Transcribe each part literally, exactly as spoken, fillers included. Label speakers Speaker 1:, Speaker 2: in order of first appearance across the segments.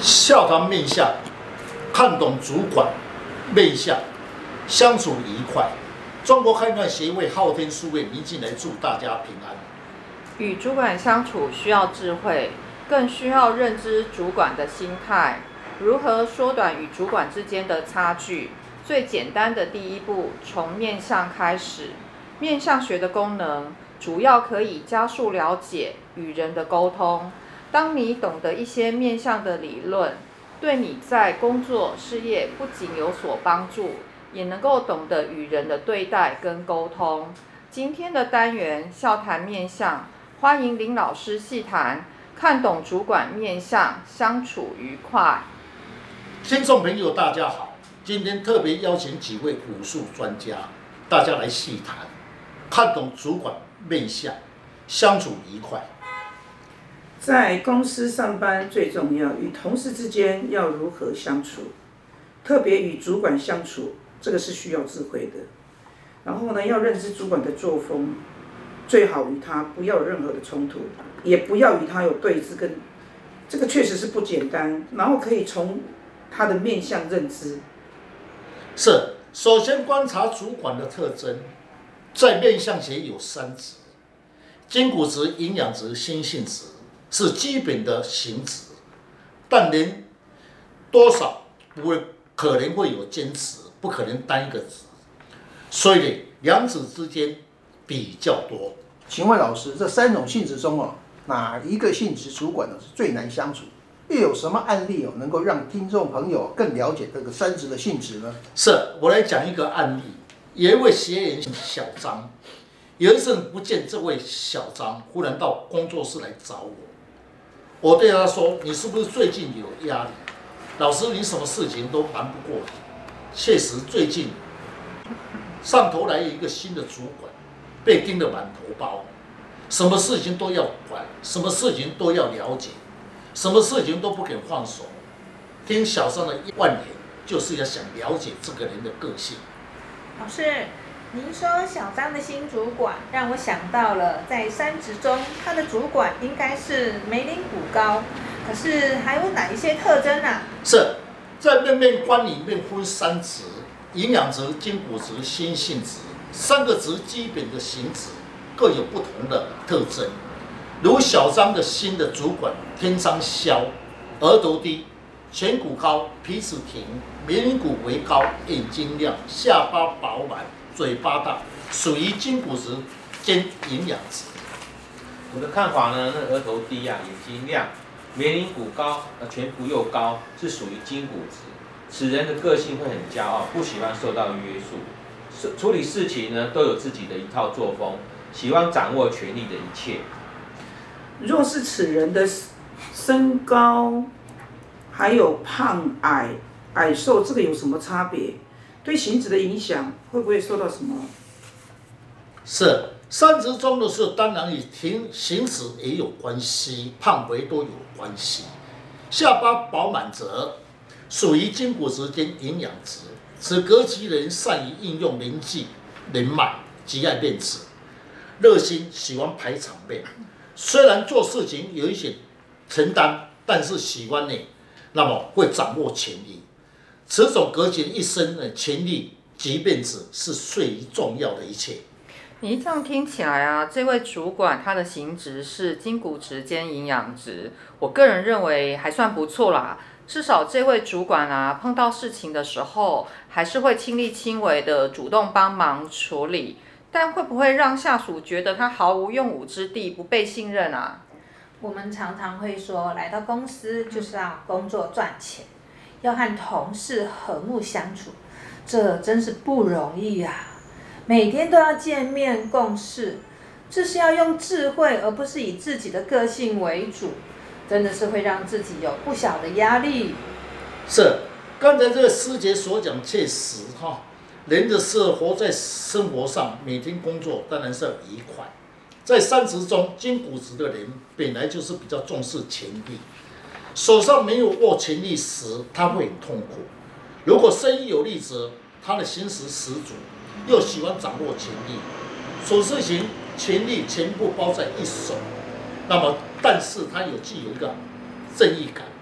Speaker 1: 笑谈面相，看懂主管面相，相处愉快。中国汉传协会昊天书院宁进来祝大家平安。
Speaker 2: 与主管相处需要智慧，更需要认知主管的心态。如何缩短与主管之间的差距？最简单的第一步，从面相开始。面相学的功能，主要可以加速了解与人的沟通。当你懂得一些面相的理论，对你在工作事业不仅有所帮助，也能够懂得与人的对待跟沟通。今天的单元笑谈面相，欢迎林老师细谈，看懂主管面相，相处愉快。
Speaker 1: 听众朋友大家好，今天特别邀请几位武术专家，大家来细谈，看懂主管面相，相处愉快。
Speaker 3: 在公司上班最重要，与同事之间要如何相处，特别与主管相处，这个是需要智慧的。然后呢，要认知主管的作风，最好与他不要有任何的冲突，也不要与他有对峙，跟这个确实是不简单。然后可以从他的面相认知。
Speaker 1: 是，首先观察主管的特征，在面相学有三质：筋骨质、营养质、心性质。是基本的形质，但人多少不会可能会有坚持，不可能单一个质，所以两者之间比较多。
Speaker 4: 请问老师，这三种性质中哦，哪一个性质主管呢是最难相处？又有什么案例哦，能够让听众朋友更了解这个三质的性质呢？
Speaker 1: 是，我来讲一个案例。有一位学员小张，有一次不见这位小张，忽然到工作室来找我。我对他说：“你是不是最近有压力？老师，你什么事情都瞒不过你。确实，最近上头来一个新的主管，被盯得满头包，什么事情都要管，什么事情都要了解，什么事情都不肯放手。听小张的一万言，就是要想了解这个人的个性。”
Speaker 5: 老师，您说小张的新主管，让我想到了在三职中，他的主管应该是眉棱骨高，可是还有哪一些特征啊？
Speaker 1: 是在面面观里面分三职：营养质、筋骨质、心性质。三个质基本的形质各有不同的特征。如小张的新的主管，天生削，额头低，颧骨高，鼻子挺，眉棱骨为高，眼睛亮，下巴饱满，嘴巴大，属于筋骨质兼营养质。
Speaker 6: 我的看法呢，那额头低啊，眼睛亮，眉棱骨高，呃，颧骨又高，是属于筋骨质。此人的个性会很骄傲，不喜欢受到约束，处理事情呢都有自己的一套作风，喜欢掌握权力的一切。
Speaker 3: 若是此人的身高，还有胖矮、矮瘦，这个有什么差别？对形质的影响会不会受到什么？
Speaker 1: 是三职中的事，当然与形质也有关系，胖肥都有关系。下巴饱满则属于筋骨质兼营养质，此格局人善于应用人际人脉，极爱面子，热心，喜欢排场面。虽然做事情有一些承担，但是喜欢呢，那么会掌握权力。此种格局一生的权力及面子是最重要的一切。
Speaker 2: 你这样听起来啊，这位主管他的形质是筋骨质兼营养质，我个人认为还算不错啦。至少这位主管啊，碰到事情的时候，还是会亲力亲为的主动帮忙处理。但会不会让下属觉得他毫无用武之地，不被信任啊？
Speaker 5: 我们常常会说，来到公司就是要工作赚钱，要和同事和睦相处，这真是不容易啊！每天都要见面共事，这是要用智慧，而不是以自己的个性为主，真的是会让自己有不小的压力。
Speaker 1: 是，刚才这个师姐所讲确实哈，人的是活在生活上，每天工作当然是要愉快。在三职中，筋骨质的人本来就是比较重视权力，手上没有握权力时，他会很痛苦。如果生意有利时，他的心识十足，又喜欢掌握权力，做事情权力全部包在一手。那么，但是他有具有一个正义感，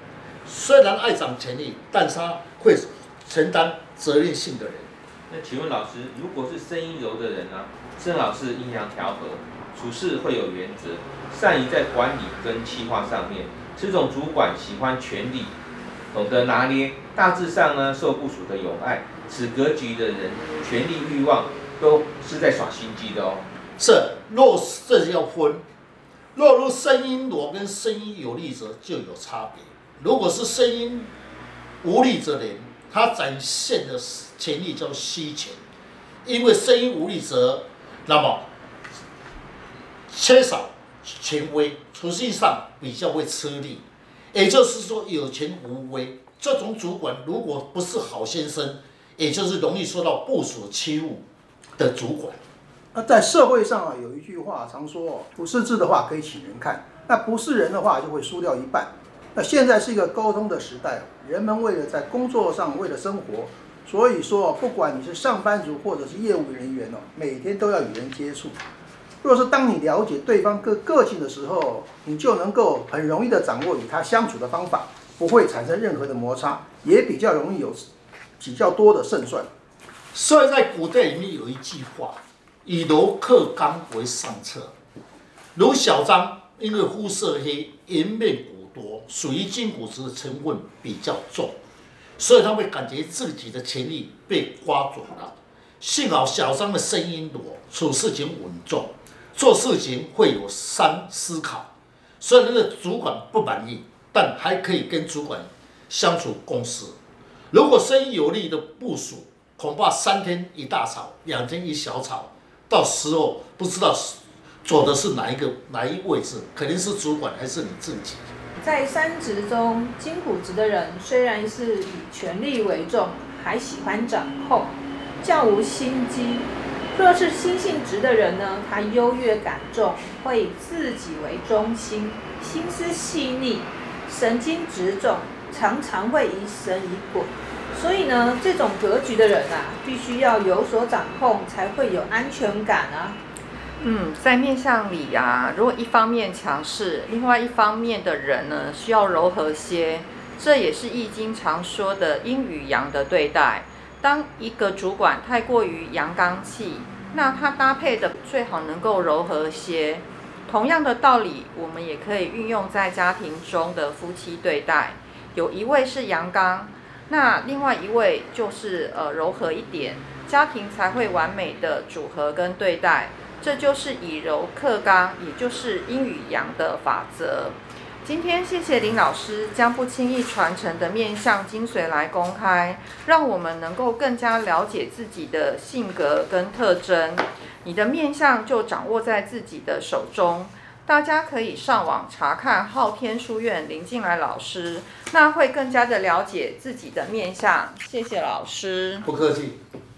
Speaker 1: 虽然爱掌权力，但是他会承担责任性的人。
Speaker 6: 那请问老师，如果是声音柔的人呢、啊？正好是阴阳调和，处事会有原则，善于在管理跟企划上面。这种主管喜欢权力，懂得拿捏，大致上呢受部属的友爱。此格局的人，权力欲望都是在耍心机的哦。
Speaker 1: 是，若这要分，若如声音弱跟声音有力者就有差别。如果是声音无力者人，他展现的权力叫虚权，因为声音无力者，那么缺少权威，处事上比较会吃力。也就是说，有权无威，这种主管如果不是好先生，也就是容易受到部属欺侮的主管。
Speaker 4: 那在社会上啊，有一句话常说，不是字的话可以请人看，那不是人的话就会输掉一半。那现在是一个沟通的时代，人们为了在工作上，为了生活，所以说不管你是上班族或者是业务人员哦，每天都要与人接触。若是当你了解对方个个性的时候，你就能够很容易的掌握与他相处的方法，不会产生任何的摩擦，也比较容易有比较多的胜算。
Speaker 1: 所以在古代里面有一句话，以柔克刚为上策。如小张因为肤色黑，颜面骨多，属于金骨质的成分比较重，所以他会感觉自己的权力被刮走了。幸好小张的声音弱，处事情稳重，做事情会有三思考。虽然那个主管不满意，但还可以跟主管相处共事。如果声音有力的部属，恐怕三天一大吵，两天一小吵，到时候不知道走的是哪一个哪一位置，肯定是主管还是你自己。
Speaker 5: 在三职中，金骨质的人虽然是以权力为重，还喜欢掌控，较无心机。若是心性直的人呢，他优越感重，会以自己为中心，心思细腻，神经质重，常常会疑神疑鬼。所以呢，这种格局的人啊，必须要有所掌控，才会有安全感啊。
Speaker 2: 嗯，在面相里啊，如果一方面强势，另外一方面的人呢，需要柔和些。这也是易经常说的阴与阳的对待。当一个主管太过于阳刚气，那他搭配的最好能够柔和些。同样的道理，我们也可以运用在家庭中的夫妻对待。有一位是阳刚，那另外一位就是呃柔和一点，家庭才会完美的组合跟对待。这就是以柔克刚，也就是阴与阳的法则。今天谢谢林老师将不轻易传承的面相精髓来公开，让我们能够更加了解自己的性格跟特征。你的面相就掌握在自己的手中。大家可以上网查看昊天书院林进来老师，那会更加的了解自己的面相。谢谢老师。
Speaker 1: 不客气。